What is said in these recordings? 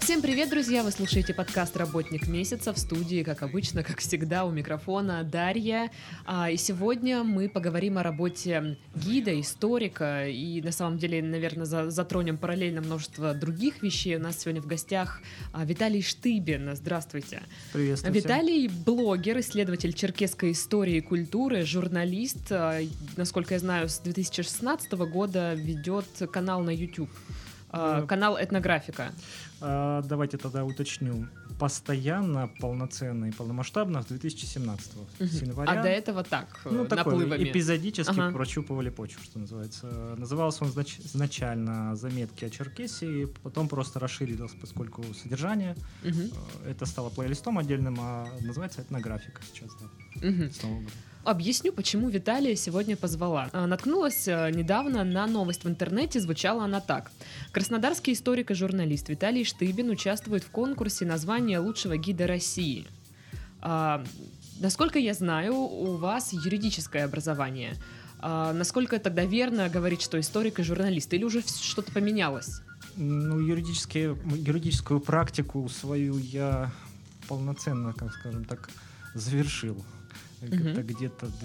Всем привет, друзья! Вы слушаете подкаст «Работник месяца», в студии, как обычно, как всегда, у микрофона Дарья. И сегодня мы поговорим о работе гида, историка, и на самом деле, наверное, затронем параллельно множество других вещей. У нас сегодня в гостях Виталий Штыбин. Здравствуйте. Приветствую. Виталий — блогер, исследователь черкесской истории и культуры, журналист. Насколько я знаю, с 2016 года ведет канал на YouTube. Канал «Этнографика». Давайте тогда уточню. Постоянно, полноценно и полномасштабно с 2017 с января. А до этого так, наплывами. Эпизодически прощупывали почву, что называется. Назывался он изначально «Заметки о Черкесии», потом просто расширилось, поскольку содержание. Это стало плейлистом отдельным, а называется «Этнографика» сейчас. Да. Объясню, почему Виталия сегодня позвала. Наткнулась недавно на новость в интернете, звучала она так. Краснодарский историк и журналист Виталий Штыбин участвует в конкурсе на звание лучшего гида России. Насколько я знаю, у вас юридическое образование. Насколько тогда верно говорить, что историк и журналист? Или уже что-то поменялось? Ну, юридическую практику свою я полноценно, как скажем так, завершил. Это где-то в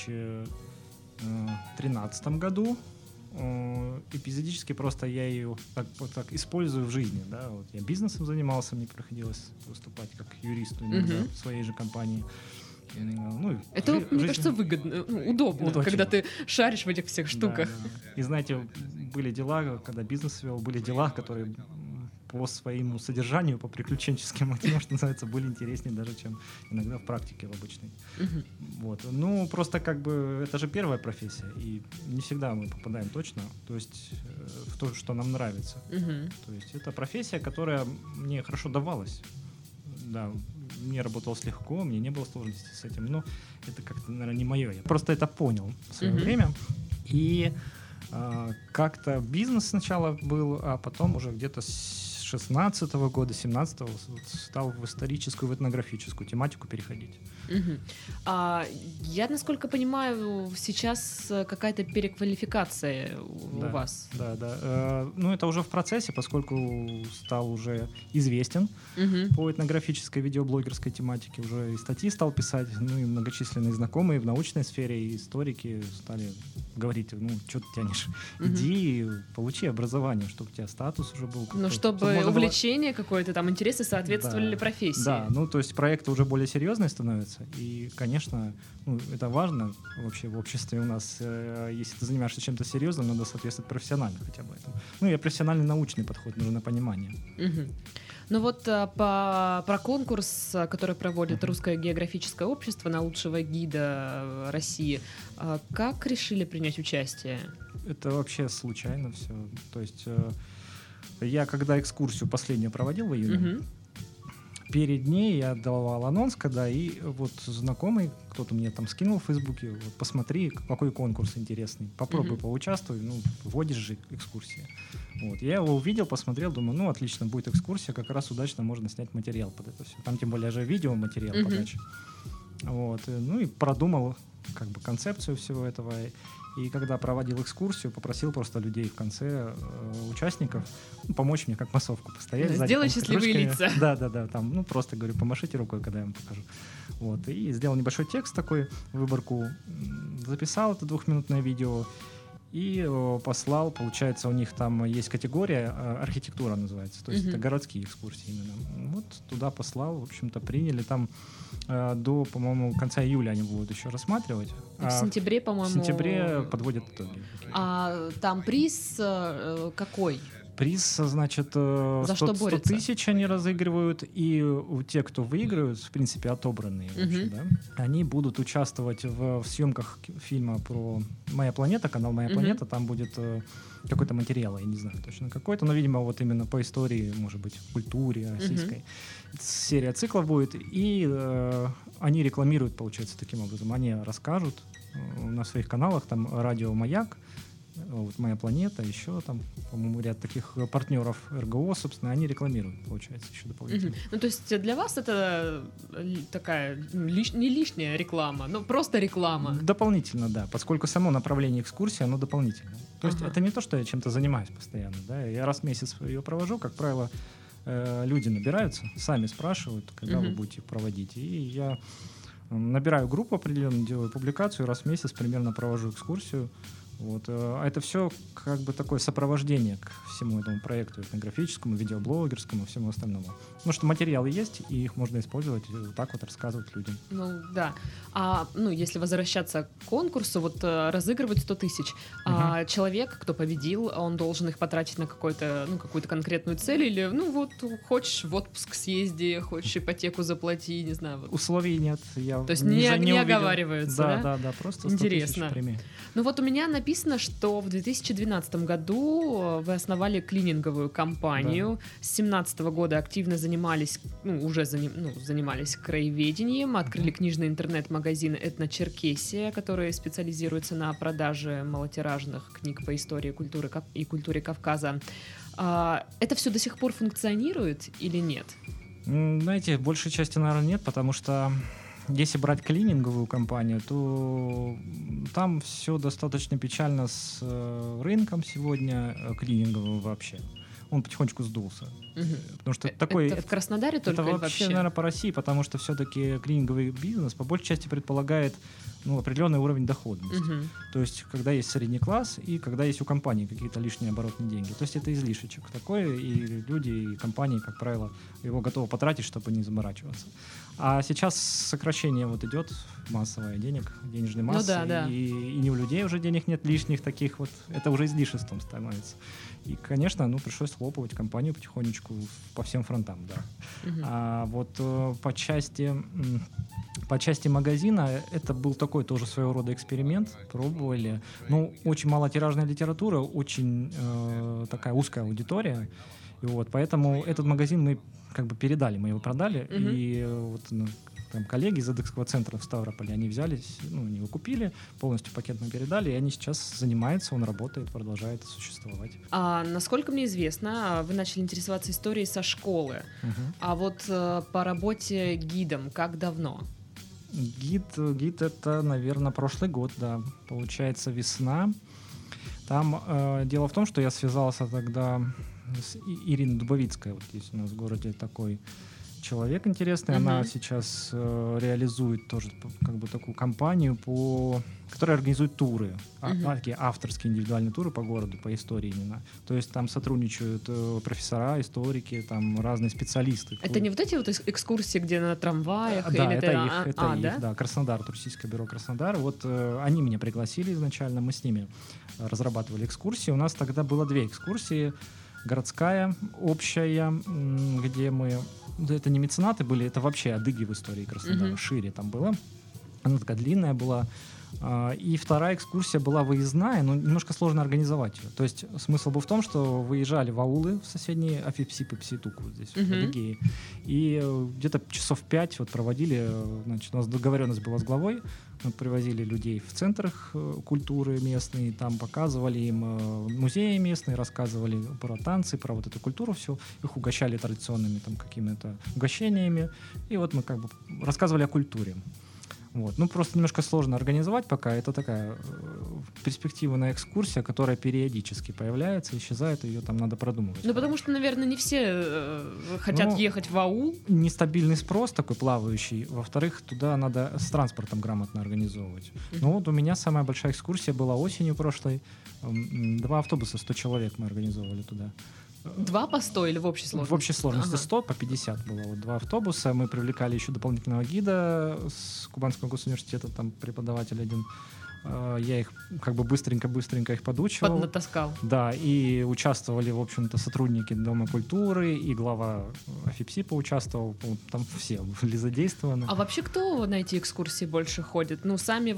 2013 году. Эпизодически просто я ее так использую в жизни. Да? Вот я бизнесом занимался, мне приходилось выступать как юристу иногда в своей же компании. Это, мне кажется, выгодно, удобно, когда ты шаришь в этих всех штуках. Да. И знаете, были дела, когда бизнес вел, были дела, которые по своему содержанию, по приключенческим мотивам, что называется, были интереснее даже, чем иногда в практике в обычной. Вот. Ну, просто как бы это же первая профессия, и не всегда мы попадаем точно, то есть в то, что нам нравится. То есть это профессия, которая мне хорошо давалась. Да, мне работалось легко, мне не было сложностей с этим, но это как-то, наверное, не мое. Я просто это понял в свое время, и как-то бизнес сначала был, а потом уже где-то с 16-го года, 17-го стал в историческую, в этнографическую тематику переходить. Я, насколько понимаю, сейчас какая-то переквалификация у вас. Да. Ну, это уже в процессе, поскольку стал уже известен по этнографической, видеоблогерской тематике. Уже и статьи стал писать, ну и многочисленные знакомые в научной сфере и историки стали говорить, ну, что ты тянешь? Иди, получи образование, чтобы у тебя статус уже был. Ну, чтобы увлечение какое-то, там, интересы соответствовали профессии. Да, ну, то есть проекты уже более серьезные становятся, и, конечно, это важно вообще в обществе у нас, если ты занимаешься чем-то серьезным, надо соответствовать профессионально хотя бы этому. Ну, и профессиональный научный подход, нужно понимание. Ну вот про конкурс, который проводит Русское географическое общество на лучшего гида России, как решили принять участие? Это вообще случайно все. То есть я когда экскурсию последнюю проводил в июне, перед ней я давал анонс, когда и вот знакомый, кто-то мне там скинул в Фейсбуке, вот посмотри, какой конкурс интересный, попробуй поучаствуй, ну, вводишь же экскурсии. Вот. Я его увидел, посмотрел, думаю, ну, отлично, будет экскурсия, как раз удачно можно снять материал под это все. Там тем более же видеоматериал подачи. Вот. Ну и продумал как бы концепцию всего этого. И когда проводил экскурсию, попросил просто людей в конце, участников, помочь мне как массовку постоять. Сделай счастливые лица. Да, там, ну просто говорю, помашите рукой, когда я вам покажу. Вот, и сделал небольшой текст такой, выборку, записал это 2-минутное видео и послал, получается, у них там есть категория, архитектура называется, то есть это городские экскурсии именно. Вот туда послал, в общем-то, приняли там до, по-моему, конца июля они будут еще рассматривать. В сентябре, по-моему... В сентябре подводят итоги. А там приз какой? Приз, значит, 100 тысяч они разыгрывают, и те, кто выиграют, в принципе, отобранные, вообще, да, они будут участвовать в съемках фильма про «Моя планета», канал «Моя планета», там будет какой-то материал, я не знаю точно какой-то, но, видимо, вот именно по истории, может быть, культуре российской. Серия циклов будет, и они рекламируют, получается, таким образом. Они расскажут на своих каналах, там радио «Маяк», вот «Моя планета», еще там, по-моему, ряд таких партнеров РГО, собственно, они рекламируют, получается, еще дополнительно. Ну, то есть для вас это такая не лишняя реклама, но просто реклама? Дополнительно, да, поскольку само направление экскурсии, оно дополнительное. То есть это не то, что я чем-то занимаюсь постоянно, да, я раз в месяц ее провожу, как правило, люди набираются, сами спрашивают, когда вы будете проводить. И я набираю группу определенно, делаю публикацию, раз в месяц примерно провожу экскурсию. Вот. А это все как бы такое сопровождение к всему этому проекту этнографическому, видеоблогерскому, всему остальному. Потому что материалы есть, и их можно использовать и вот так вот рассказывать людям. Ну да. Если возвращаться к конкурсу, вот разыгрывать 100 тысяч. Человек, кто победил, он должен их потратить на какую-то конкретную цель или, хочешь в отпуск съезди, хочешь ипотеку заплати, не знаю. Вот. Условий нет. То есть не оговариваются, да? Да, просто 100 Интересно. тысяч премии. Ну вот у меня написано, что в 2012 году вы основали клининговую компанию. Да. С 2017 года активно занимались краеведением, открыли книжный интернет-магазин «Этночеркесия», который специализируется на продаже малотиражных книг по истории и культуре Кавказа. Это все до сих пор функционирует или нет? Знаете, в большей части, наверное, нет, потому что если брать клининговую компанию, то там все достаточно печально с рынком сегодня клининговым вообще. Он потихонечку сдулся. Потому что это в Краснодаре только это или вообще, наверное, по России, потому что все-таки клининговый бизнес по большей части предполагает определенный уровень доходности. То есть, когда есть средний класс и когда есть у компании какие-то лишние оборотные деньги. То есть, это излишечек такой, и люди, и компании, как правило, его готовы потратить, чтобы не заморачиваться. А сейчас сокращение идет массовое денежной массы, и не у людей уже денег нет лишних таких вот. Это уже излишеством становится. И, конечно, пришлось хлопывать компанию потихонечку по всем фронтам, да. А вот по части магазина это был такой тоже своего рода эксперимент. Пробовали. Очень малотиражная литература, очень такая узкая аудитория. И поэтому этот магазин мы как бы передали, мы его продали. И там коллеги из Эдекского центра в Ставрополе, они взялись, они его купили, полностью пакет мы передали, и они сейчас занимаются, он работает, продолжает существовать. Насколько мне известно, вы начали интересоваться историей со школы. А вот по работе гидом как давно? Гид это, наверное, прошлый год, да, получается весна. Там дело в том, что я связался тогда с Ириной Дубовицкой, вот здесь у нас в городе такой человек интересный, она сейчас реализует тоже как бы такую компанию, которая организует туры, такие авторские индивидуальные туры по городу, по истории именно. То есть там сотрудничают профессора, историки, там разные специалисты. Это не вот эти вот экскурсии, где на трамваях? Да, или это их, да, Краснодар, туристическое бюро Краснодар. Вот они меня пригласили изначально, мы с ними разрабатывали экскурсии. У нас тогда было 2 экскурсии. Городская, общая, где это не меценаты были, это вообще адыги в истории Краснодара, шире там было. Она такая длинная была. И вторая экскурсия была выездная, но немножко сложно организовать ее. То есть смысл был в том, что выезжали в аулы в соседние, Афипси, Пепситук, вот здесь, в Адыгее, и где-то часов 5 проводили, у нас договоренность была с главой, мы привозили людей в центр культуры местные, там показывали им музеи местные, рассказывали про танцы, про вот эту культуру всю, их угощали традиционными там какими-то угощениями, и мы как бы рассказывали о культуре. Просто немножко сложно организовать пока. Это такая перспективная экскурсия, которая периодически появляется, исчезает, ее там надо продумывать. Потому что, наверное, не все хотят ехать в аул. Нестабильный спрос такой плавающий. Во-вторых, туда надо с транспортом грамотно организовывать. У меня самая большая экскурсия была осенью прошлой. 2 автобуса, 100 человек мы организовывали туда. 2 по 100 или в общей сложности? В общей сложности 100, по 50 было. 2 автобуса. Мы привлекали еще дополнительного гида с Кубанского госуниверситета, там преподаватель один. Я их как бы быстренько их подучивал. Поднатаскал. Да, и участвовали, в общем-то, сотрудники Дома культуры, и глава Афипси поучаствовал. Там все были задействованы. А вообще кто на эти экскурсии больше ходит? Сами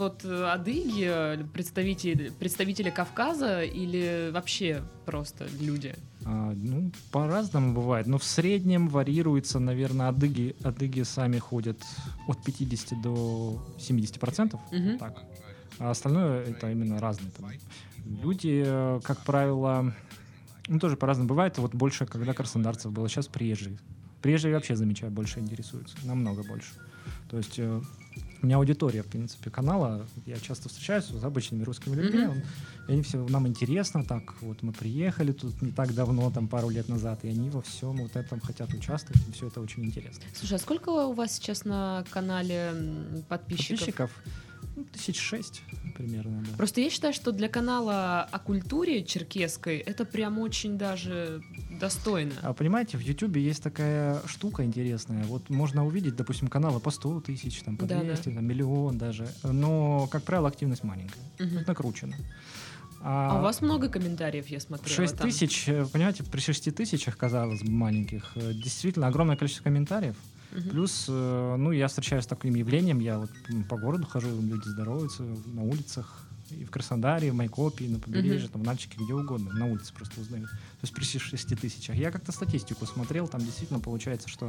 адыги, представители Кавказа или вообще просто люди? По-разному бывает. Но в среднем варьируется, наверное, адыги сами ходят от 50 до 70%. Так. А остальное это именно разные там люди, как правило, тоже по-разному бывает. Больше, когда краснодарцев было, сейчас приезжие. Приезжие вообще, замечаю, больше интересуются, намного больше. То есть У меня аудитория, в принципе, канала. Я часто встречаюсь с обычными русскими людьми. И они все, нам интересно, так вот мы приехали тут не так давно, там пару лет назад, и они во всем вот этом хотят участвовать, и все это очень интересно. Слушай, а сколько у вас сейчас на канале подписчиков? 1006 примерно, да. Просто я считаю, что для канала о культуре черкесской это прям очень даже достойно. А понимаете, в Ютубе есть такая штука интересная. Вот можно увидеть, допустим, каналы по 100 тысяч, там, по 200, там, миллион даже. Но, как правило, активность маленькая. Это накручено. А у вас много комментариев, я смотрела. 6 тысяч, понимаете, при 6 тысячах, казалось бы, маленьких, действительно огромное количество комментариев. Плюс, я встречаюсь с таким явлением, я вот по городу хожу, люди здороваются на улицах, и в Краснодаре, и в Майкопе, и на побережье, там, в Нальчике, где угодно, на улице просто узнают. То есть при 6 тысячах. Я как-то статистику смотрел, там действительно получается, что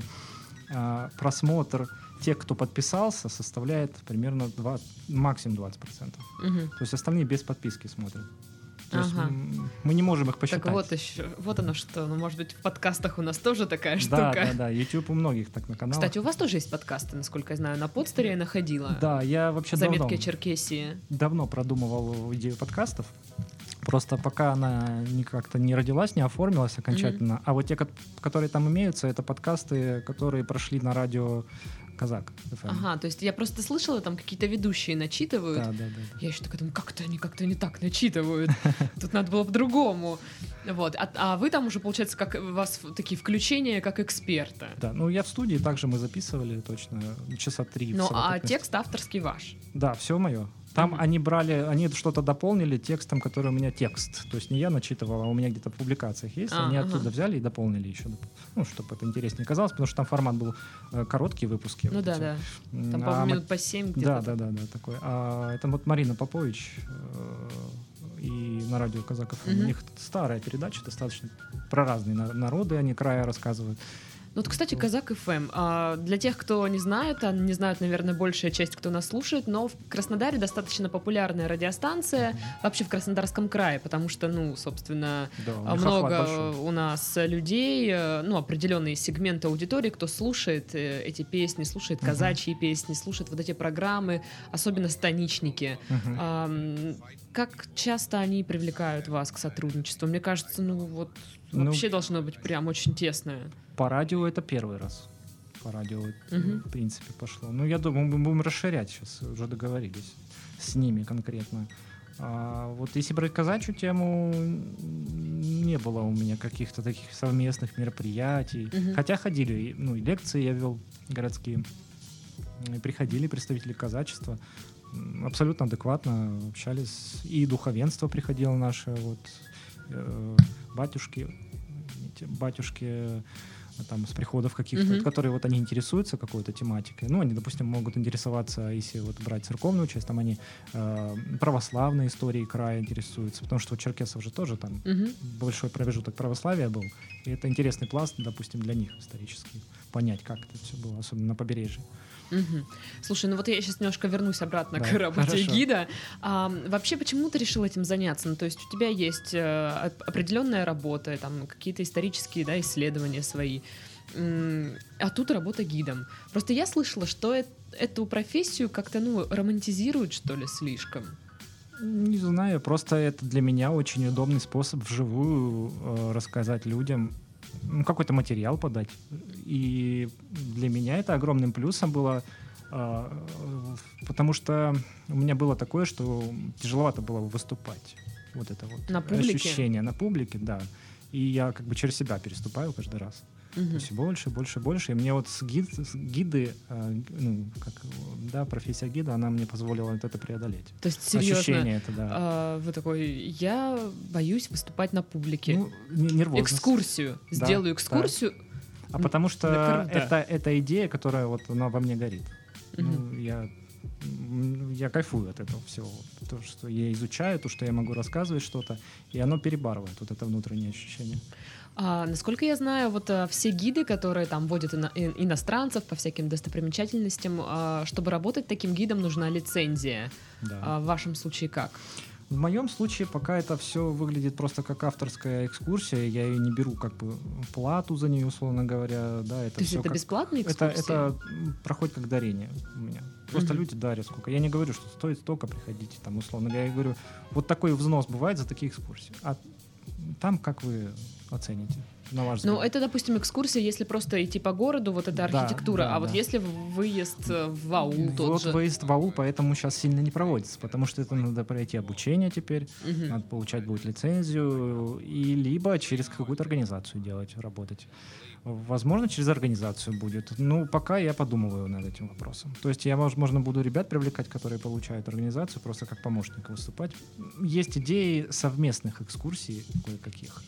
просмотр тех, кто подписался, составляет примерно максимум 20%. То есть остальные без подписки смотрят. То есть мы не можем их посчитать. Так вот еще, вот оно что. Ну, может быть, в подкастах у нас тоже такая штука. Да. YouTube у многих так на каналах. Кстати, у вас тоже есть подкасты, насколько я знаю. На Подстере я находила. Да, я вообще Заметки о Черкесии. Давно продумывал идею подкастов. Просто пока она как-то не родилась, не оформилась окончательно. А вот те, которые там имеются, это подкасты, которые прошли на радио Казак FM. Ага, то есть я просто слышала, там какие-то ведущие начитывают. Да. Я еще такая думаю, как-то они не так начитывают. Тут надо было по-другому. Вот. А вы там уже, получается, как у вас такие включения, как эксперта. Да, я в студии также мы записывали точно часа 3. Ну, а текст авторский ваш? Да, все мое. Там они что-то дополнили текстом, который у меня текст. То есть не я начитывал, а у меня где-то в публикациях есть. Они оттуда взяли и дополнили еще. Чтобы это интереснее казалось, потому что там формат был короткие выпуски. Ну да. Там, по-моему, минут по 7 где-то. Да, такой. А это вот Марина Попович и на радио Казак FM. У них старая передача, достаточно про разные народы, они края рассказывают. Ну, вот, кстати, Казак FM. Для тех, кто не знает, а не знают, наверное, большая часть, кто нас слушает, но в Краснодаре достаточно популярная радиостанция вообще в Краснодарском крае, потому что, собственно, много у нас людей, определенные сегменты аудитории, кто слушает эти песни, слушает казачьи песни, слушает вот эти программы, особенно станичники. Как часто они привлекают вас к сотрудничеству? Мне кажется, вообще должно быть прям очень тесное. По радио это первый раз. По радио, в принципе, пошло. Я думаю, мы будем расширять сейчас, уже договорились с ними конкретно. Вот если брать казачью тему, не было у меня каких-то таких совместных мероприятий. Хотя ходили, и лекции я вел городские. И приходили представители казачества. Абсолютно адекватно общались. И духовенство приходило наше, батюшки там, с приходов каких-то, которые они интересуются какой-то тематикой. Они, допустим, могут интересоваться, если брать церковную часть, там они православной историей края интересуются, потому что у черкесов же тоже там большой промежуток православия был, и это интересный пласт, допустим, для них исторический, понять, как это все было, особенно на побережье. Слушай, я сейчас немножко вернусь обратно к работе гида. Вообще, почему ты решил этим заняться? То есть у тебя есть определенная работа, там какие-то исторические исследования свои, а тут работа гидом. Просто я слышала, что эту профессию как-то романтизируют, что ли, слишком. Не знаю, просто это для меня очень удобный способ вживую рассказать людям, какой-то материал подать. И для меня это огромным плюсом было, потому что у меня было такое, что тяжеловато было выступать. Вот это на публике? Ощущение на публике, да. И я через себя переступаю каждый раз. То есть больше. И мне гиды, профессия гида, она мне позволила это преодолеть. То есть, серьезно, ощущение это, да. Вы такой, я боюсь выступать на публике. Нервозность. Экскурсию. Да, сделаю экскурсию. Да. А потому что это идея, которая она во мне горит. Я кайфую от этого всего. То, что я изучаю, то, что я могу рассказывать что-то, и оно перебарывает это внутреннее ощущение. Насколько я знаю, все гиды, которые там водят иностранцев по всяким достопримечательностям, чтобы работать таким гидом, нужна лицензия. Да. В вашем случае как? В моем случае пока это все выглядит просто как авторская экскурсия, я ее не беру как бы плату за нее, условно говоря, да, это То есть все это как... бесплатные экскурсии? Это проходит как дарение у меня. Просто люди дарят сколько. Я не говорю, что стоит столько, приходите, там, условно. Я говорю, вот такой взнос бывает за такие экскурсии. А там как вы оцените, на ваш взгляд? Ну, это, допустим, экскурсия, если просто идти по городу, вот эта архитектура, да, а вот да. если выезд в аул тот Вот же. выезд в аул поэтому сейчас сильно не проводится, потому что это надо пройти обучение теперь, Мгм. надо получать будет лицензию, и либо через какую-то организацию делать, работать. Возможно, через организацию будет. Ну, пока я подумываю над этим вопросом. То есть я, возможно, буду ребят привлекать, которые получают организацию, просто как помощник выступать. Есть идеи совместных экскурсий кое-каких.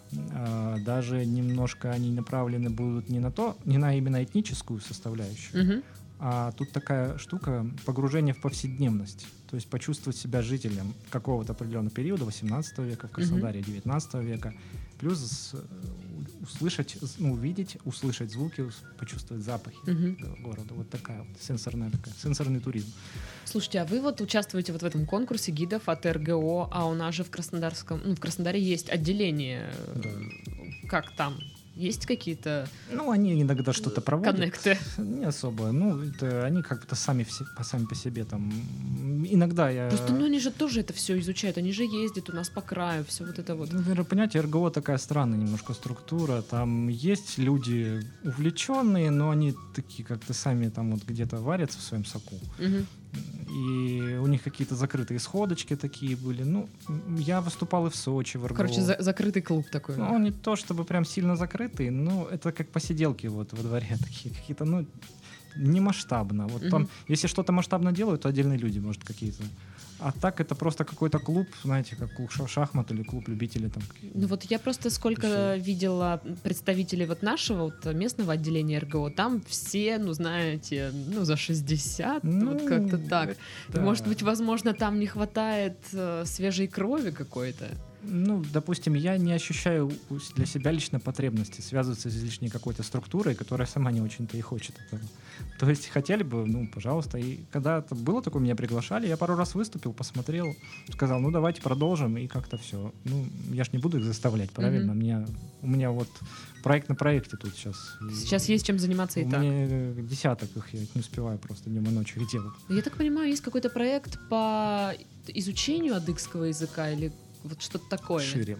Даже немножко они направлены будут не на именно этническую составляющую, Мгм. а тут такая штука — погружение в повседневность. То есть почувствовать себя жителем какого-то определенного периода, 18 века в Краснодаре, 19 века, плюс услышать, увидеть, услышать звуки, почувствовать запахи Мгм. города. Вот такая вот сенсорный туризм. Слушайте, а вы вот участвуете вот в этом конкурсе гидов от РГО, а у нас же в Краснодаре есть отделение. Да. Как там? Есть какие-то Ну, они иногда что-то проводят. коннекты? Не особо. Ну, это они как-то сами по себе там. Иногда я... Просто, они же тоже это все изучают, они же ездят у нас по краю, все вот это вот. Ну, наверное, понимаете, РГО такая странная немножко структура. Там есть люди увлеченные, но они такие как-то сами там вот где-то варятся в своем соку. Мгм. И у них какие-то закрытые сходочки такие были. Ну, я выступал и в Сочи, в РГО. Короче, закрытый клуб такой. Ну, не то чтобы прям сильно закрытый, но это как посиделки вот во дворе такие какие-то, ну, не масштабно. Вот там, если что-то масштабно делают, то отдельные люди, может, какие-то. А так это просто какой-то клуб, знаете, как клуб шахмат или клуб любителей там. Ну вот я просто сколько видела представителей вот нашего вот местного отделения РГО, там все, знаете, за 60, вот как-то так. Да. Может быть, возможно, там не хватает свежей крови какой-то. Ну, допустим, я не ощущаю для себя лично потребности связываться с излишней какой-то структурой, которая сама не очень-то и хочет этого. То есть хотели бы, пожалуйста. И когда это было такое, меня приглашали, я пару раз выступил, посмотрел, сказал, давайте продолжим, и как-то все. Я ж не буду их заставлять, правильно? У меня вот проект на проекте тут сейчас. Сейчас есть чем заниматься и так. У меня десяток их, я не успеваю просто днем и ночью их делать. Я так понимаю, есть какой-то проект по изучению адыгского языка или вот что-то такое? Шире.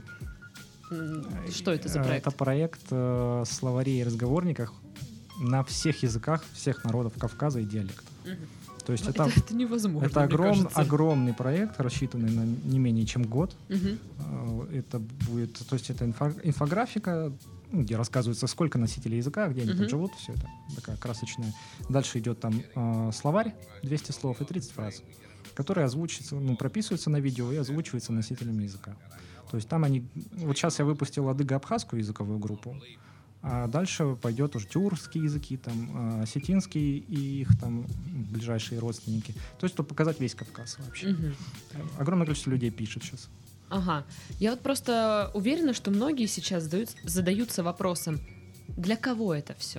Что это за проект? Это проект словарей и разговорников на всех языках всех народов Кавказа и диалектов. То есть это невозможно. Это огромный проект, рассчитанный на не менее чем год. Это будет, то есть это инфографика, где рассказывается, сколько носителей языка, где они там живут, все это такая красочная. Дальше идет там словарь, 200 слов и 30 фраз, которые озвучиваются, прописываются на видео и озвучиваются носителями языка. То есть там они... Вот сейчас я выпустил адыго-абхазскую языковую группу, а дальше пойдет уже тюркские языки, там, осетинские и их там ближайшие родственники. То есть, чтобы показать весь Кавказ вообще. Огромное количество людей пишет сейчас. Ага. Я вот просто уверена, что многие сейчас задаются вопросом, для кого это все?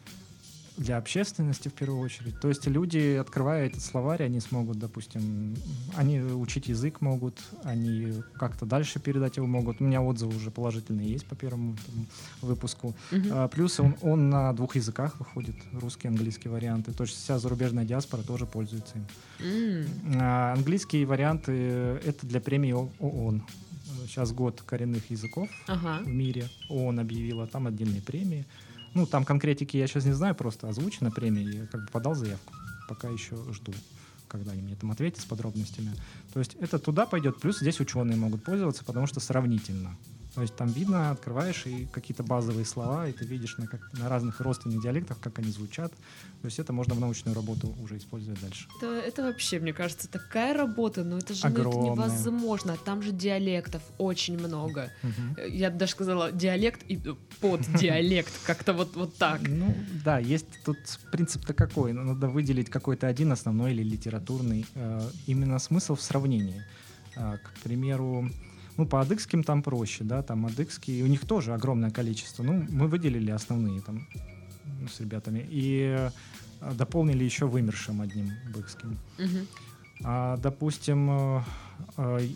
Для общественности в первую очередь. То есть люди, открывая этот словарь, они смогут, допустим, они учить язык могут, они как-то дальше передать его могут. У меня отзывы уже положительные есть по первому выпуску. Плюс он на 2 языках выходит, русский и английский варианты. То есть вся зарубежная диаспора тоже пользуется им. Английские варианты — это для премии ООН. Сейчас год коренных языков в мире. ООН объявила, там отдельные премии. Там конкретики я сейчас не знаю, просто озвучена премия, я как бы подал заявку. Пока еще жду, когда они мне там ответят с подробностями. То есть это туда пойдет, плюс здесь ученые могут пользоваться, потому что сравнительно. То есть там видно, открываешь, и какие-то базовые слова, и ты видишь на разных родственных диалектах, как они звучат. То есть это можно в научную работу уже использовать дальше. Это вообще, мне кажется, такая работа, это же это невозможно. Там же диалектов очень много. Я даже сказала диалект и поддиалект, как-то вот так. Да, есть тут принцип-то какой. Надо выделить какой-то один основной или литературный. Именно смысл в сравнении. К примеру, по адыгским там проще, да, там адыгские, у них тоже огромное количество. Мы выделили основные там с ребятами и дополнили еще вымершим одним быкским. Допустим,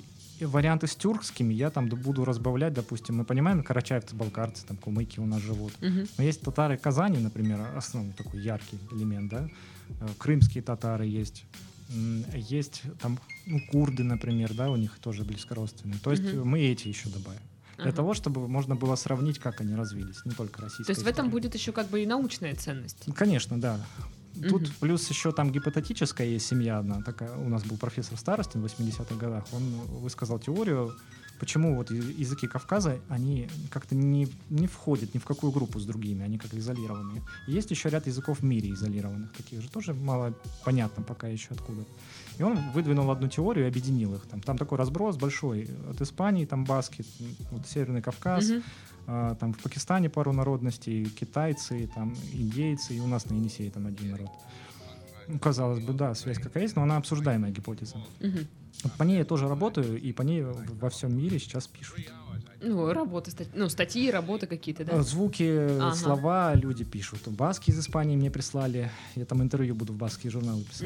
варианты с тюркскими я там буду разбавлять, допустим, мы понимаем, карачаевцы, балкарцы, там кумыки у нас живут. Но есть татары Казани, например, основной такой яркий элемент, да, крымские татары есть. Есть там курды, например, да, у них тоже близкородственные. То есть мы эти еще добавим. Для того, чтобы можно было сравнить, как они развились, не только российская. То есть история. в этом будет еще как бы и научная ценность. Конечно, да. Тут плюс еще там гипотетическая есть семья одна. Такая, у нас был профессор Старостин в 80-х годах. Он высказал теорию, почему вот языки Кавказа, они как-то не входят ни в какую группу с другими, они как изолированные. И есть еще ряд языков в мире изолированных, таких же тоже мало понятно пока еще откуда. И он выдвинул одну теорию и объединил их. Там такой разброс большой. От Испании, там баски, вот Северный Кавказ, там в Пакистане пару народностей, китайцы, там индейцы, и у нас на Енисее там один народ. Ну, казалось бы, да, связь какая есть, но она обсуждаемая гипотеза. Вот по ней я тоже работаю, и по ней во всем мире сейчас пишут. Ну, работы, статьи, работы какие-то, да? Звуки, слова люди пишут. Баски из Испании мне прислали. Я там интервью буду в баские журналы писать.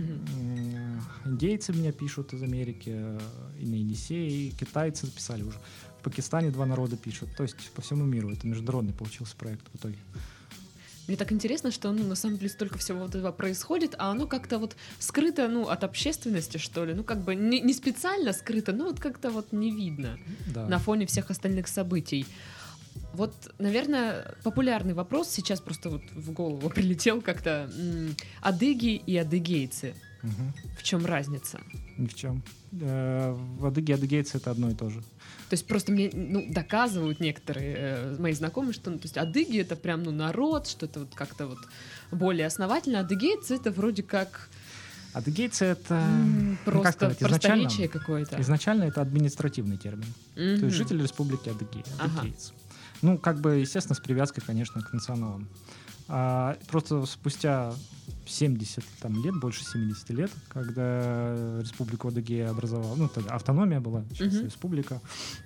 Индейцы меня пишут из Америки, и на Енисее, и китайцы писали уже. В Пакистане 2 народа пишут. То есть по всему миру. Это международный получился проект в итоге. Мне так интересно, что, на самом деле, столько всего вот этого происходит, а оно как-то вот скрыто, от общественности, что ли. Как бы не специально скрыто, но вот как-то вот не видно на фоне всех остальных событий. Вот, наверное, популярный вопрос сейчас просто вот в голову прилетел как-то. Адыги и адыгейцы. В чем разница? Ни в чем. Адыги и адыгейцы — это одно и то же. То есть просто мне доказывают некоторые мои знакомые, что то есть адыги — это прям народ, что это вот как-то вот более основательно. Адыгейцы — это вроде как... Адыгейцы — это... Просто просторечие какое-то. Изначально это административный термин. То есть жители республики Адыгея. Адыгейцы. Естественно, с привязкой, конечно, к националам. Просто спустя 70 лет, больше 70 лет, когда республику Адыгея образовала, тогда автономия была, сейчас республика,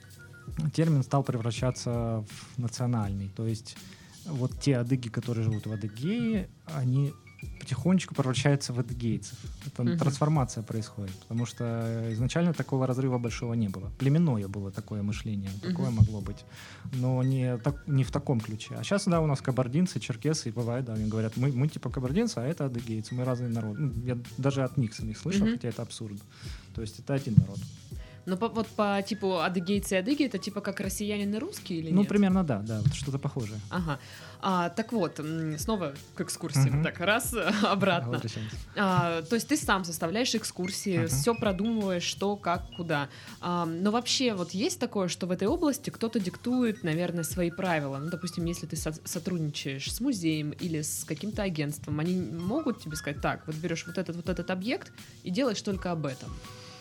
термин стал превращаться в национальный. То есть вот те адыги, которые живут в Адыгее, они потихонечку превращаются в адыгейцев. Это трансформация происходит, потому что изначально такого разрыва большого не было. Племенное было такое мышление, такое могло быть, но не в таком ключе. А сейчас, да, у нас кабардинцы, черкесы, бывает, да, они говорят, мы типа кабардинцы, а это адыгейцы, мы разные народы. Я даже от них самих слышал, хотя это абсурдно. То есть это один народ. Но по типу адыгейцы и адыги это типа как россиянин и русский или нет? Примерно да, вот что-то похожее. Ага. Так вот, снова к экскурсиям. Так, раз, обратно. То есть ты сам составляешь экскурсии, все продумываешь, что, как, куда. Но вообще вот есть такое, что в этой области кто-то диктует, наверное, свои правила. Допустим, если ты сотрудничаешь с музеем или с каким-то агентством, они могут тебе сказать, так, вот берешь вот этот объект и делаешь только об этом.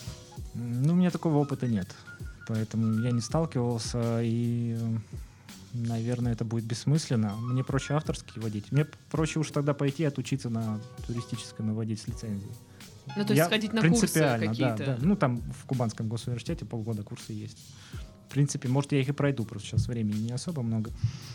У меня такого опыта нет, поэтому я не сталкивался, и, наверное, это будет бессмысленно. Мне проще авторские водить. Мне проще уж тогда пойти отучиться на туристическом и водить с лицензией. То есть сходить на курсы какие-то? Да. Там в Кубанском госуниверситете полгода курсы есть. В принципе, может, я их и пройду, просто сейчас времени не особо много.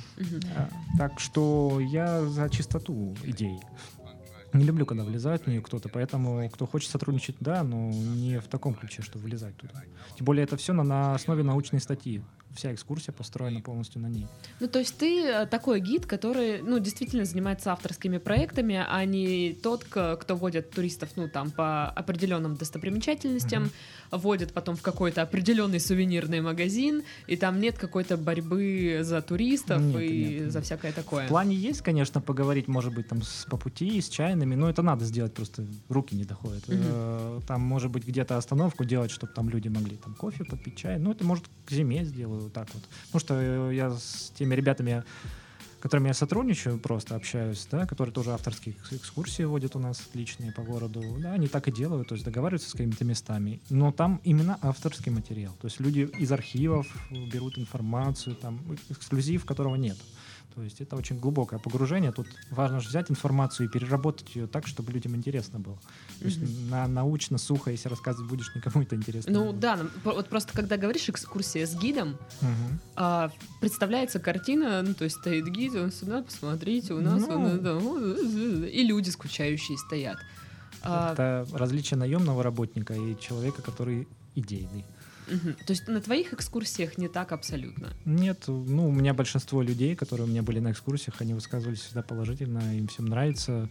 Так что я за чистоту идей. Не люблю, когда влезает в нее кто-то, поэтому кто хочет сотрудничать, да, но не в таком ключе, что влезать туда. Тем более это все на основе научной статьи. Вся экскурсия построена полностью на ней. То есть ты такой гид, который, действительно занимается авторскими проектами, а не тот, кто водит туристов, по определенным достопримечательностям, водит потом в какой-то определенный сувенирный магазин, и там нет какой-то борьбы за туристов нет. За всякое такое. В плане есть, конечно, поговорить, может быть, там по пути, с чайными, но это надо сделать, просто руки не доходят. Там, может быть, где-то остановку делать, чтобы там люди могли там кофе попить, чай. Это, может, к зиме сделаю. Так вот. Потому что я с теми ребятами, которыми я сотрудничаю, просто общаюсь, да, которые тоже авторские экскурсии водят у нас личные по городу, да, они так и делают, то есть договариваются с какими-то местами, но там именно авторский материал, то есть люди из архивов берут информацию, там эксклюзив, которого нет. То есть это очень глубокое погружение. Тут важно же взять информацию и переработать ее так, чтобы людям интересно было. То есть научно, сухо, если рассказывать будешь, никому это интересно не будет. Да, вот просто когда говоришь экскурсия с гидом, представляется картина, то есть стоит гид, он сюда, посмотрите, у нас и люди скучающие стоят. Это различие наемного работника и человека, который идейный. То есть на твоих экскурсиях не так абсолютно? Нет, ну, у меня большинство людей, которые у меня были на экскурсиях, они высказывались всегда положительно, им всем нравится.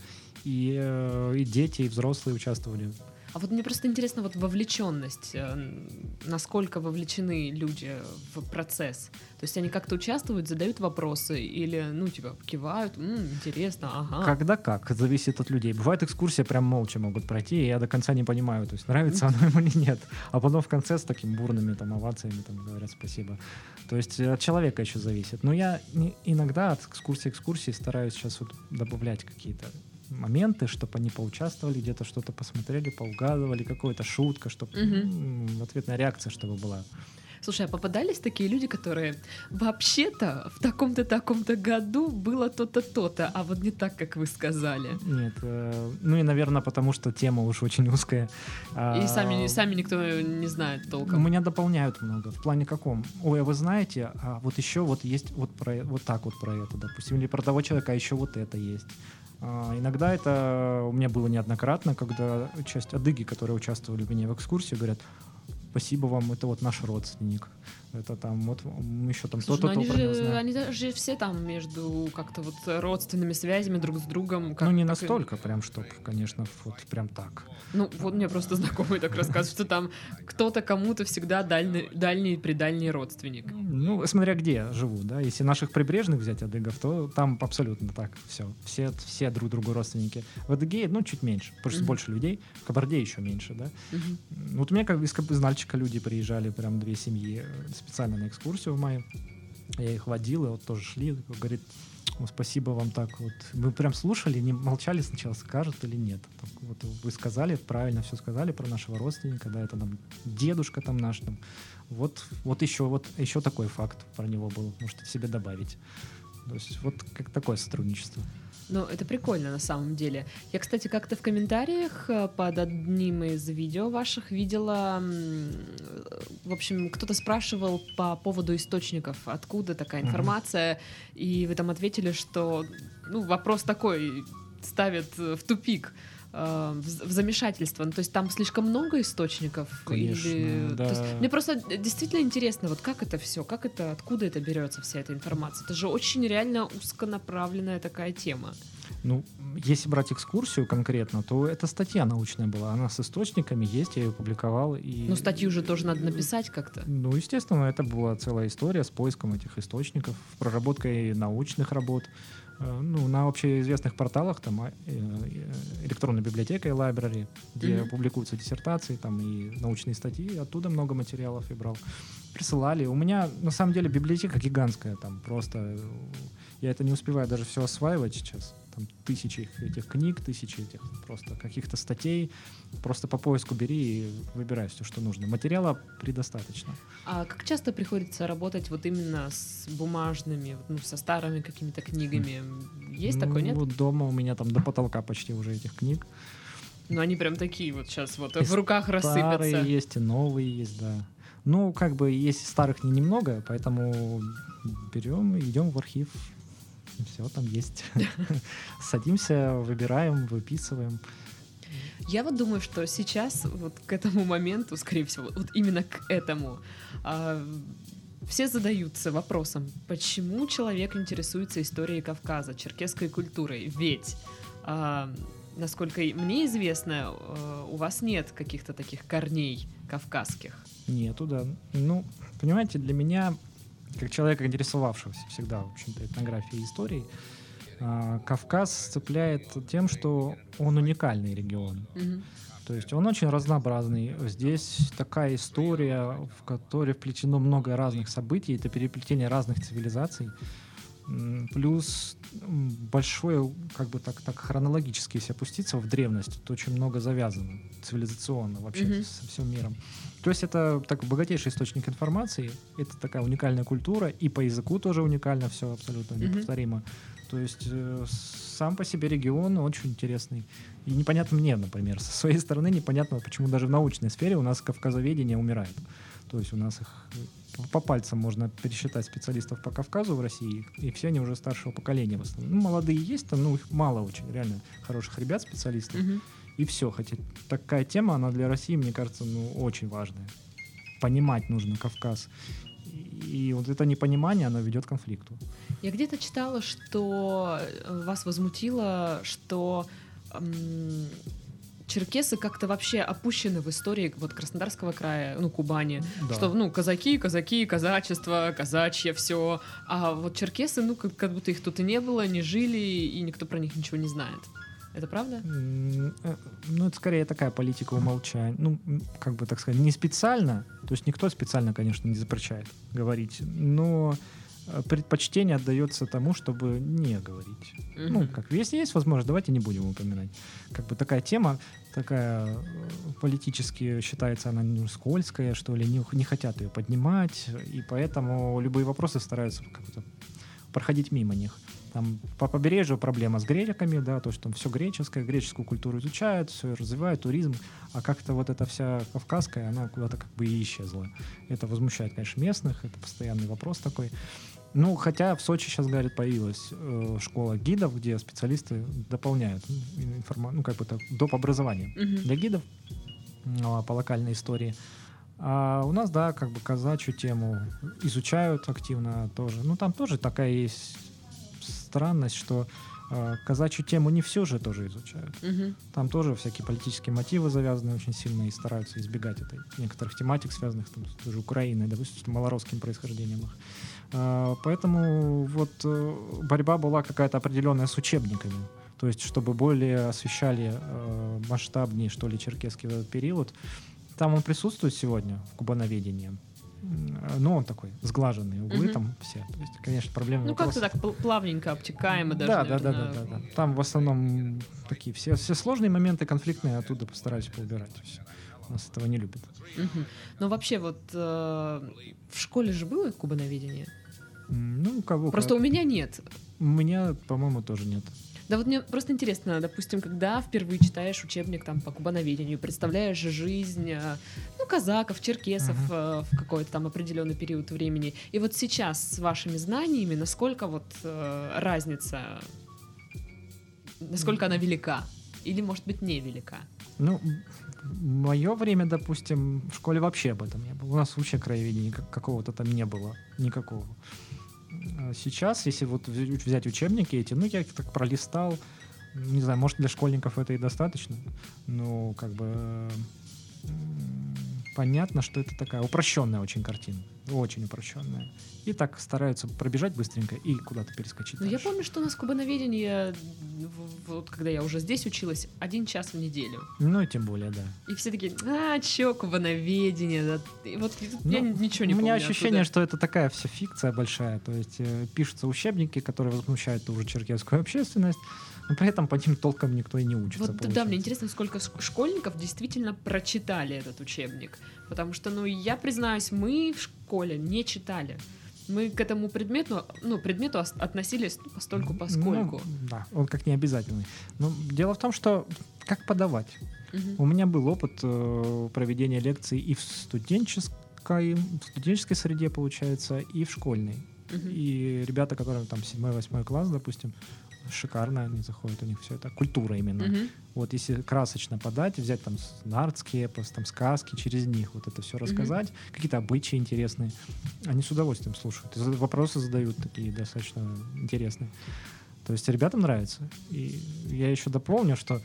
И дети, и взрослые участвовали. А вот мне просто интересно вот вовлеченность, насколько вовлечены люди в процесс. То есть они как-то участвуют, задают вопросы или, ну, типа, кивают, интересно, ага. Когда как, зависит от людей. Бывает, экскурсия прям молча могут пройти, и я до конца не понимаю, то есть нравится оно им или нет. А потом в конце с такими бурными там овациями там говорят спасибо. То есть от человека еще зависит. Но я иногда от экскурсии к экскурсии стараюсь сейчас вот добавлять какие-то моменты, чтобы они поучаствовали, где-то что-то посмотрели, поугадывали, какая-то шутка, чтобы ответная реакция, чтобы была. Слушай, а попадались такие люди, которые вообще-то в таком-то году было то-то, то-то, а вот не так, как вы сказали? Нет, ну и, наверное, потому что тема уж очень узкая. И сами никто не знает толком. Меня дополняют много. В плане каком? Ой, а вы знаете, а вот еще вот есть вот так вот про это, допустим, или про того человека, а еще вот это есть. Иногда это у меня было неоднократно, когда часть адыги, которые участвовали в меня в экскурсии, говорят: спасибо вам, это вот наш родственник. Это там, вот еще там Слушай, то-то, то они же все там между как-то вот родственными связями друг с другом. Ну, не настолько прям, чтоб, конечно, вот прям так. Ну, вот мне просто знакомые так рассказывают, что там кто-то кому-то всегда дальний предальний родственник. Ну, смотря где живу, да. Если наших прибрежных взять адыгов, то там абсолютно так все друг другу родственники. В Адыгее, ну, чуть меньше, потому что больше людей. В Кабарде еще меньше, да. Вот у меня как из Нальчика люди приезжали, прям 2 семьи специально на экскурсию в мае. Я их водил, и вот тоже шли, говорит: спасибо вам так вот. Мы прям слушали, не молчали сначала, скажут или нет. Так, вот вы сказали, правильно все сказали про нашего родственника, да, это там дедушка там наш там. Вот еще такой факт про него был, можете себе добавить. То есть вот как такое сотрудничество. Ну, это прикольно на самом деле. Я, кстати, как-то в комментариях под одним из видео ваших видела, в общем, кто-то спрашивал по поводу источников, откуда такая информация, и вы там ответили, что, ну, вопрос такой ставит в тупик, в замешательство. Ну, то есть там слишком много источников? Конечно, или... да. То есть мне просто действительно интересно, вот как это все, откуда это берется, вся эта информация? Это же очень реально узконаправленная такая тема. Ну, если брать экскурсию конкретно, то это статья научная была. Она с источниками есть, я ее публиковал. Ну, статью же тоже надо написать как-то. Ну, естественно, это была целая история с поиском этих источников, проработкой научных работ. Ну, на общеизвестных порталах, там, электронная библиотека и library, где публикуются диссертации, там, и научные статьи, оттуда много материалов я брал. Присылали. У меня, на самом деле, библиотека гигантская, там, просто я это не успеваю даже все осваивать сейчас. Там тысячи этих книг, тысячи этих просто каких-то статей. Просто по поиску бери и выбирай все, что нужно. Материала предостаточно. А как часто приходится работать вот именно с бумажными, ну, со старыми какими-то книгами? Есть такое, нет? Вот дома у меня там до потолка почти уже этих книг. Ну, они прям такие вот сейчас вот и в руках рассыпятся. Старые есть, и новые есть, да. Ну, как бы, есть старых немного, поэтому берем, идем в архив. Все там есть. Садимся, выбираем, выписываем. Я вот думаю, что сейчас вот к этому моменту, скорее всего, вот именно к этому, все задаются вопросом, почему человек интересуется историей Кавказа, черкесской культурой. Ведь, насколько мне известно, у вас нет каких-то таких корней кавказских. Нету, да. Ну, понимаете, для меня, как человека, интересовавшегося всегда, в общем-то, этнографией и историей, Кавказ цепляет тем, что он уникальный регион. То есть он очень разнообразный. Здесь такая история, в которой вплетено много разных событий, это переплетение разных цивилизаций. Плюс большое, как бы так хронологически, если опуститься в древность, то очень много завязано цивилизационно вообще со всем миром. То есть это так богатейший источник информации, это такая уникальная культура, и по языку тоже уникально, все абсолютно неповторимо. То есть сам по себе регион очень интересный. И непонятно мне, например, со своей стороны непонятно, почему даже в научной сфере у нас кавказоведение умирает. То есть у нас их по пальцам можно пересчитать специалистов по Кавказу в России, и все они уже старшего поколения в основном. Ну, молодые есть, там, ну, их мало очень, реально хороших ребят, специалистов. И все. Хотя такая тема, она для России, мне кажется, ну, очень важная. понимать нужно Кавказ. И вот это непонимание, оно ведет к конфликту. Я где-то читала, что вас возмутило, что черкесы как-то вообще опущены в истории вот Краснодарского края, ну, Кубани, Да. что, казаки, казачество, казачье, все, а вот черкесы, как будто их тут и не было, не жили, и никто про них ничего не знает. Это правда? Ну, это скорее такая политика умолчания. Ну, как бы так сказать, не специально, то есть никто специально, конечно, не запрещает говорить, но предпочтение отдается тому, чтобы не говорить. Ну, если есть возможность, давайте не будем упоминать. Как бы такая тема, такая политически считается она скользкая, что ли, не хотят ее поднимать, и поэтому любые вопросы стараются как-то проходить мимо них. Там по побережью проблема с греками, да, то, что там все греческое, греческую культуру изучают, все развивают, туризм, а как-то вот эта вся кавказская, она куда-то как бы и исчезла. Это возмущает, конечно, местных, это постоянный вопрос такой. Ну, хотя в Сочи сейчас, говорят, появилась школа гидов, где специалисты дополняют как бы доп. Образование для гидов по локальной истории. А у нас, да, как бы казачью тему изучают активно тоже. Ну, там тоже такая есть странность, что казачью тему не все же тоже изучают. Там тоже всякие политические мотивы завязаны очень сильно и стараются избегать некоторых тематик, связанных там, с той же Украиной, допустим, с малоросским происхождением их. Поэтому вот борьба была какая-то определенная с учебниками. То есть, чтобы более освещали масштабнее, что ли, черкесский этот период. Там он присутствует сегодня в кубановедении. Но он такой сглаженный, углы там все. То есть, конечно, проблемы. Ну, как-то так плавненько, обтекаемо даже. Да. Там в основном такие все сложные моменты конфликтные оттуда постараюсь поубирать. Все. У нас этого не любят. Но вообще вот в школе же было кубановедение? Ну, у кого? Просто у меня нет. У меня, по-моему, тоже нет. Да вот мне просто интересно, допустим, когда впервые читаешь учебник там по кубановедению, представляешь жизнь, казаков, черкесов в какой-то там определенный период времени. И вот сейчас с вашими знаниями, насколько вот разница, насколько она велика? Или, может быть, невелика? Ну, в мое время, допустим, в школе вообще об этом не было. У нас вообще краеведения какого-то там не было. Никакого. Сейчас, если вот взять учебники эти, я их так пролистал, не знаю, может, для школьников это и достаточно, но как бы понятно, что это такая упрощенная очень картина, очень упрощенная. И так стараются пробежать быстренько и куда-то перескочить. Ну, я помню, что у нас кубановедение, вот когда я уже здесь училась, 1 час в неделю. Ну, и тем более, да. И все такие, чё кубановедение? Да? И вот я ничего не помню. У меня ощущение, оттуда. что это такая вся фикция большая. То есть пишутся учебники, которые возмущают ту же черкесскую общественность, но при этом по ним толком никто и не учится. Вот, да, мне интересно, сколько школьников действительно прочитали этот учебник. Потому что, я признаюсь, мы в школе не читали. Мы к этому предмету относились постольку-поскольку. Да, он как необязательный. Но дело в том, что как подавать. У меня был опыт проведения лекций и в студенческой среде, получается, и в школьной. И ребята, которые там 7-8 класс, допустим, шикарно они заходят, у них все это культура именно. Вот если красочно подать, взять там нардский эпос, там сказки, через них вот это все рассказать, какие-то обычаи интересные, они с удовольствием слушают. И вопросы задают такие достаточно интересные. То есть ребятам нравится. И я еще дополню, что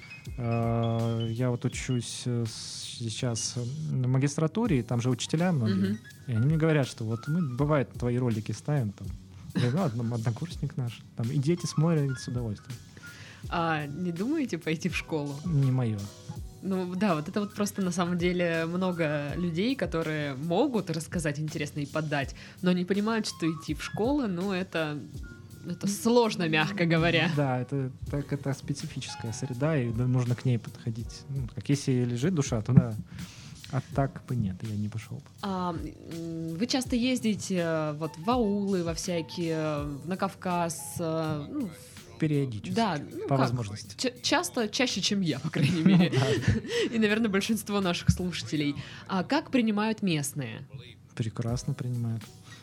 я вот учусь сейчас на магистратуре, и там же учителя многие, и они мне говорят, что вот мы, бывает, твои ролики ставим там, однокурсник наш. Там, и дети смотрят с удовольствием. А не думаете пойти в школу? Не мое. Ну да, вот это вот просто на самом деле много людей, которые могут рассказать интересно и подать, но не понимают, что идти в школу, это сложно, мягко говоря. Да, это специфическая среда, и нужно к ней подходить. Как если лежит душа, то да. А так бы нет, я не пошел бы. Вы часто ездите вот в аулы, во всякие, на Кавказ? Периодически, да, по возможности. Чаще, чем я, по крайней мере. И, наверное, большинство наших слушателей. А как принимают местные? Прекрасно принимают.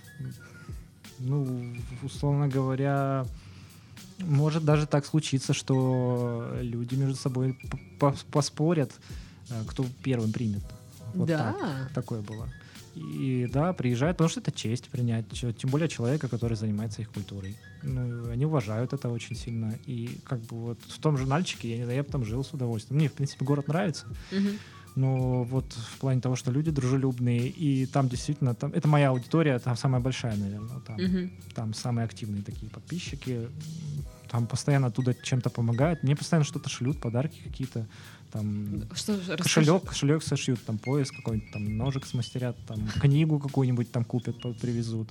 Условно говоря, может даже так случиться, что люди между собой поспорят, кто первым примет. Вот да. Такое было. И да, приезжают, потому что это честь принять, тем более человека, который занимается их культурой. Ну, они уважают это очень сильно. И как бы вот в том же Нальчике, я не знаю, я бы там жил с удовольствием. Мне, в принципе, город нравится. Но вот в плане того, что люди дружелюбные, и там действительно, там, это моя аудитория, там самая большая, наверное. Там самые активные такие подписчики. Там постоянно оттуда чем-то помогают. Мне постоянно что-то шлют, подарки какие-то. Там кошелек сошьют, там пояс какой-нибудь, там ножик смастерят, там книгу какую-нибудь там купят, привезут.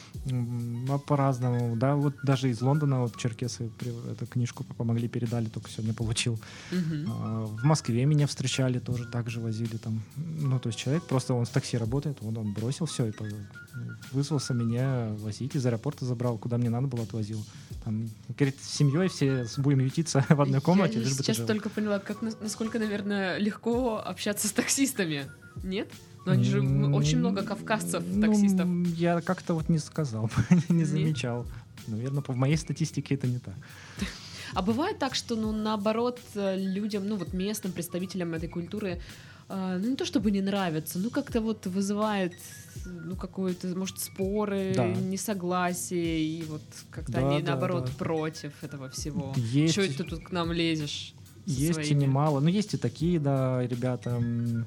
По-разному. Да, вот даже из Лондона вот черкесы эту книжку помогли, передали, только сегодня получил. В Москве меня встречали, тоже так же возили там. Ну, то есть человек просто, он в такси работает, он бросил все и вызвался меня возить, из аэропорта забрал, куда мне надо было, отвозил. Там, говорит, с семьей все будем ютиться в одной комнате. Я сейчас только поняла, насколько, наверное, легко общаться с таксистами. Нет? Но они же очень много кавказцев, таксистов. Я как-то вот не сказал, не замечал. Наверное, в моей статистике это не так. А бывает так, что, наоборот, людям, вот местным представителям этой культуры, не то чтобы не нравится, как-то вот вызывает, какое-то, может, споры, несогласие, и вот как-то они, наоборот, против этого всего. Чего ты тут к нам лезешь? Есть и немало. Есть и такие, да, ребята.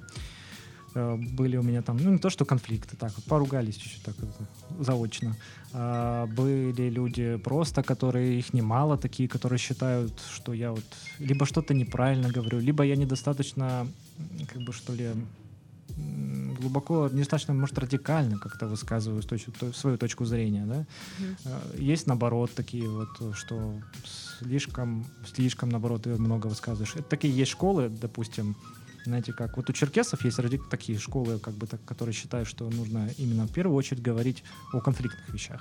Были у меня там, не то что конфликты, так вот, поругались чуть-чуть так заочно. Были люди просто, которые, их немало, такие, которые считают, что я вот либо что-то неправильно говорю, либо я недостаточно, как бы, что ли, глубоко, недостаточно, может, радикально как-то высказываю свою точку зрения, да. Есть, наоборот, такие вот, что слишком, наоборот, много высказываешь. Это такие есть школы, допустим, знаете, как вот у черкесов есть такие школы, как бы, которые считают, что нужно именно в первую очередь говорить о конфликтных вещах.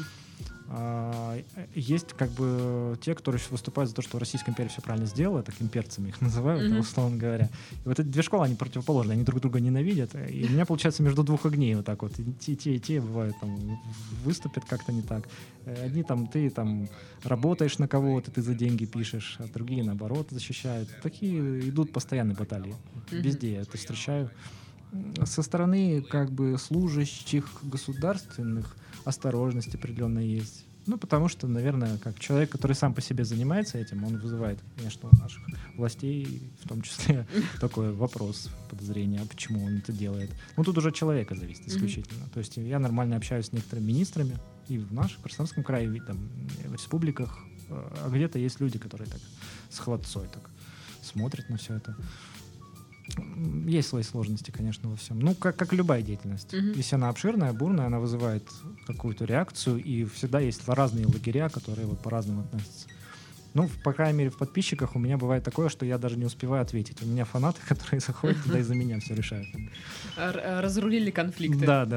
Есть как бы те, которые выступают за то, что Российская империя все правильно сделала, так имперцами их называют, условно говоря. И вот эти две школы, они противоположны, они друг друга ненавидят. И у меня получается между двух огней вот так вот. И те бывают там выступят как-то не так. Одни там, ты там работаешь на кого-то, ты за деньги пишешь, а другие наоборот защищают. Такие идут постоянные баталии. Везде я это встречаю. Со стороны как бы служащих государственных осторожность определенно есть. Потому что, наверное, как человек, который сам по себе занимается этим, он вызывает, конечно, у наших властей, в том числе, такой вопрос, подозрение, а почему он это делает. Тут уже от человека зависит исключительно. То есть я нормально общаюсь с некоторыми министрами и в нашем Краснодарском крае, и там, в республиках, а где-то есть люди, которые так с хладцой так смотрят на все это. Есть свои сложности, конечно, во всем. Как и любая деятельность. Если она обширная, бурная, она вызывает какую-то реакцию, и всегда есть разные лагеря, которые вот по-разному относятся. По крайней мере, в подписчиках у меня бывает такое, что я даже не успеваю ответить. У меня фанаты, которые заходят туда и за меня все решают. Разрулили конфликты. Да.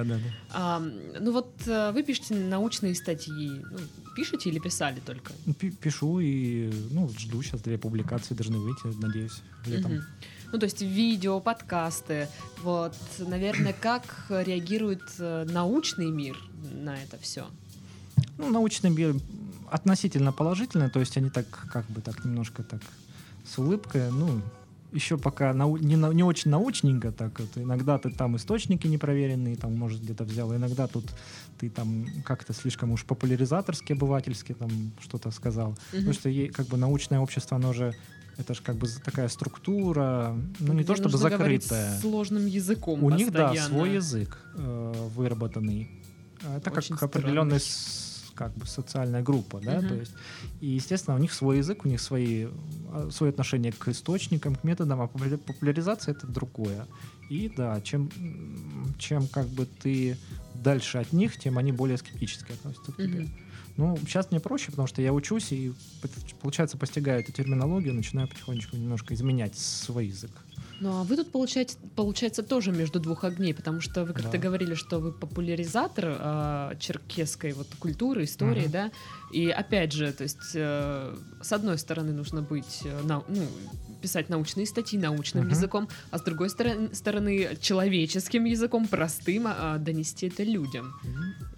Вы пишете научные статьи. Пишете или писали только? Пишу и жду. Сейчас 2 публикации должны выйти, надеюсь, летом. То есть видео, подкасты. Вот, наверное, как реагирует научный мир на это все? Научный мир относительно положительно, то есть они так, как бы так немножко так с улыбкой, еще пока не очень научненько, так вот, иногда ты там источники непроверенные, там, может, где-то взял, иногда тут ты там как-то слишком уж популяризаторски, обывательски там что-то сказал, потому что как бы научное общество, оно же это же как бы такая структура, не то чтобы закрытая. Сложным языком у постоянно. них, свой язык выработанный. Это очень как определенная как бы социальная группа, да, то есть, и, естественно, у них свой язык, у них свое отношение к источникам, к методам, а популяризация — это другое. И да, чем как бы ты дальше от них, тем они более скептически относятся к тебе. Сейчас мне проще, потому что я учусь и, получается, постигаю эту терминологию, начинаю потихонечку немножко изменять свой язык. А вы тут, получается, тоже между двух огней, потому что вы как-то говорили, что вы популяризатор черкесской вот культуры, истории, да, и опять же, то есть, с одной стороны нужно быть, писать научные статьи научным языком, а с другой стороны человеческим языком, простым, донести это людям.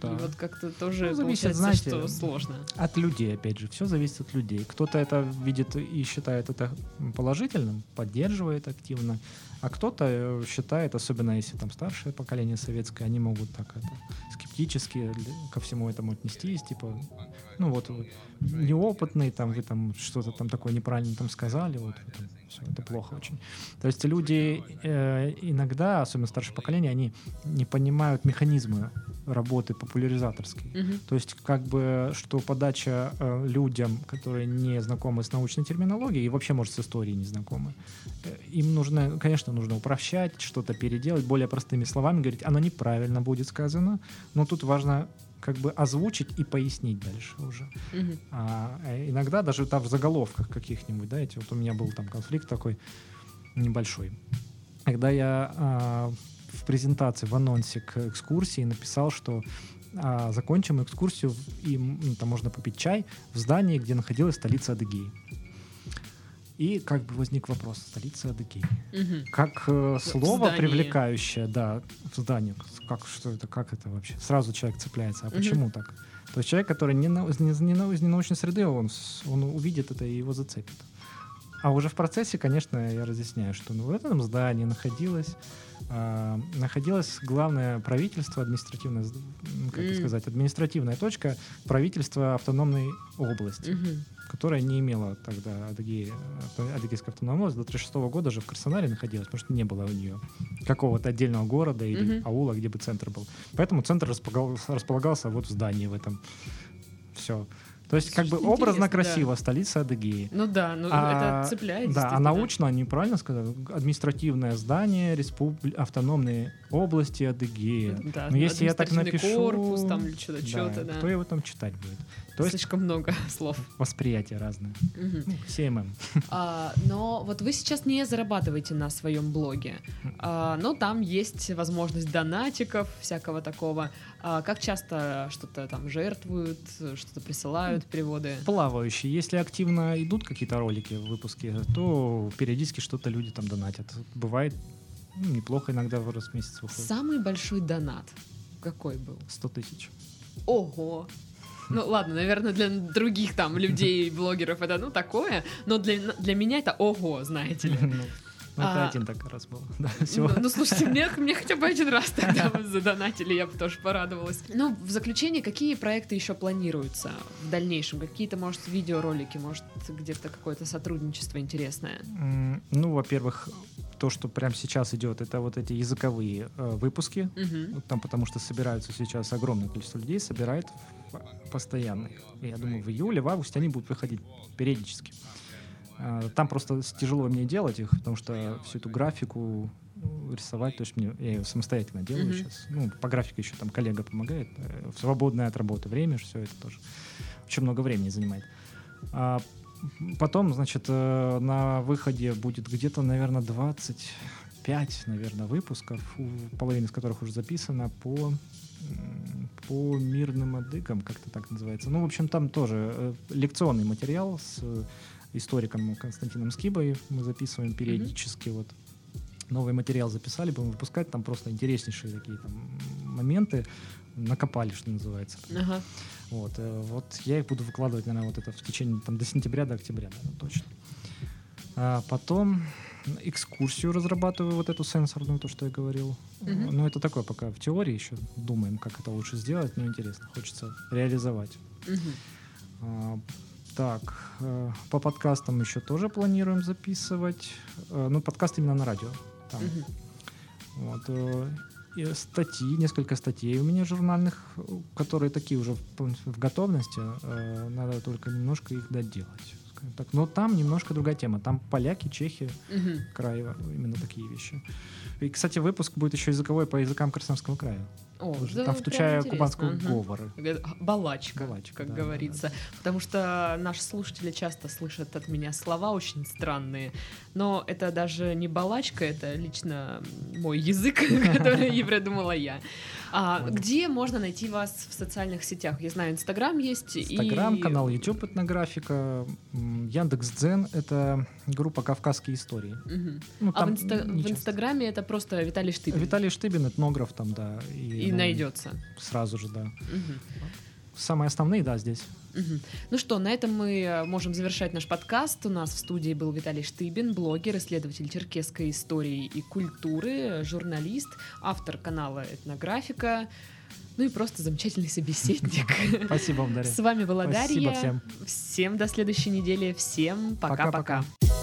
Да. И вот как-то тоже зависит, получается, знаете, что сложно. От людей, опять же, все зависит от людей. Кто-то это видит и считает это положительным, поддерживает активно, а кто-то считает, особенно если там старшее поколение советское, они могут так это скептически ко всему этому отнестись, типа, ну вот вы неопытный, там вы там что-то там такое неправильно там сказали, вот все, это плохо очень. То есть люди иногда, особенно старшее поколение, они не понимают механизмы работы популяризаторской. То есть как бы, что подача людям, которые не знакомы с научной терминологией и вообще, может, с историей не знакомы, им нужно, конечно, нужно упрощать, что-то переделать, более простыми словами говорить, оно неправильно будет сказано, но тут важно как бы озвучить и пояснить дальше уже. Иногда даже там в заголовках каких-нибудь, да, вот у меня был там конфликт такой небольшой. Когда я в презентации, в анонсе к экскурсии написал, что закончим экскурсию, и там можно попить чай в здании, где находилась столица Адыгеи. И как бы возник вопрос: столица Адыгеи. Как слово привлекающее, да, в здании. Что это, как это вообще? Сразу человек цепляется. А почему так? То есть человек, который не из ненаучной среды, он увидит это и его зацепит. А уже в процессе, конечно, я разъясняю, что в этом здании находилось главное правительство, административная точка правительства автономной области, которая не имела тогда Адыгейская автономная область. До 1936 года же в Краснодаре находилась, потому что не было у нее какого-то отдельного города или аула, где бы центр был. Поэтому центр располагался вот в здании в этом. Все. То есть, как бы образно красиво, да. Столица Адыгеи. Ну да, это цепляет. Да, а научно, они правильно сказали, административное здание автономной области Адыгеи. Да, но если я так напишу, корпус там или что-то, да. Кто его там читать будет? То слишком много слов. Восприятие разное. CMM. Но вот вы сейчас не зарабатываете на своем блоге, но там есть возможность донатиков, всякого такого. Как часто что-то там жертвуют, что-то присылают, переводы? Плавающие. Если активно идут какие-то ролики в выпуске, то периодически что-то люди там донатят. Бывает неплохо, иногда в раз в месяц выходит. Самый большой донат какой был? 100 тысяч. Ого! Ну ладно, наверное, для других там людей, блогеров это такое, но для меня это ого, знаете ли. Это один так раз был. Да, слушайте, мне хотя бы один раз тогда вы задонатили, я бы тоже порадовалась. Ну, в заключение, какие проекты еще планируются в дальнейшем? Какие-то, может, видеоролики, может, где-то какое-то сотрудничество интересное? Ну, во-первых, то, что прямо сейчас идет, это вот эти языковые выпуски, там, потому что собираются сейчас огромное количество людей, собирает постоянно. И я думаю, в июле, в августе они будут выходить периодически. Там просто тяжело мне делать их, потому что всю эту графику рисовать, то есть я ее самостоятельно делаю сейчас. Ну, по графике еще там коллега помогает. В свободное от работы время, все это тоже очень много времени занимает. Потом, значит, на выходе будет где-то, наверное, 25, выпусков, половина из которых уже записана по мирным адыгам, как-то так называется. Ну, в общем, там тоже лекционный материал с историком Константином Скибой мы записываем периодически. Вот новый материал записали, будем выпускать, там просто интереснейшие такие там моменты накопали, что называется. Вот я их буду выкладывать, наверное, вот это в течение там, до сентября, до октября, наверное, точно. Потом экскурсию разрабатываю, вот эту сенсорную, то, что я говорил. Ну, это такое пока в теории еще думаем, как это лучше сделать, но интересно, хочется реализовать. Так, по подкастам еще тоже планируем записывать. Ну, подкаст именно на радио. Там. Вот. И несколько статей у меня журнальных, которые такие уже в готовности. Надо только немножко их доделать. Так, но там немножко другая тема. Там поляки, чехи, край, именно такие вещи. И, кстати, выпуск будет еще языковой по языкам Краснодарского края. Там включая кубанскую говоры. Балачка, как говорится. Да. Потому что наши слушатели часто слышат от меня слова очень странные. Но это даже не балачка, это лично мой язык, который и придумала я. Где можно найти вас в социальных сетях? Я знаю, Инстаграм есть. Инстаграм, канал YouTube «Этнографика», Яндекс.Дзен — это группа «Кавказские истории». Ну, в Инстаграме это просто Виталий Штыбин. Виталий Штыбин, этнограф там, да. И Ну, найдется. Сразу же, да. Мгм. Самые основные, да, здесь. Мгм. Ну что, на этом мы можем завершать наш подкаст. У нас в студии был Виталий Штыбин, блогер, исследователь черкесской истории и культуры, журналист, автор канала «Этнографика», ну и просто замечательный собеседник. Спасибо вам, Дарья. С вами была Спасибо Дарья. всем. Всем до следующей недели. Всем пока-пока. Пока-пока.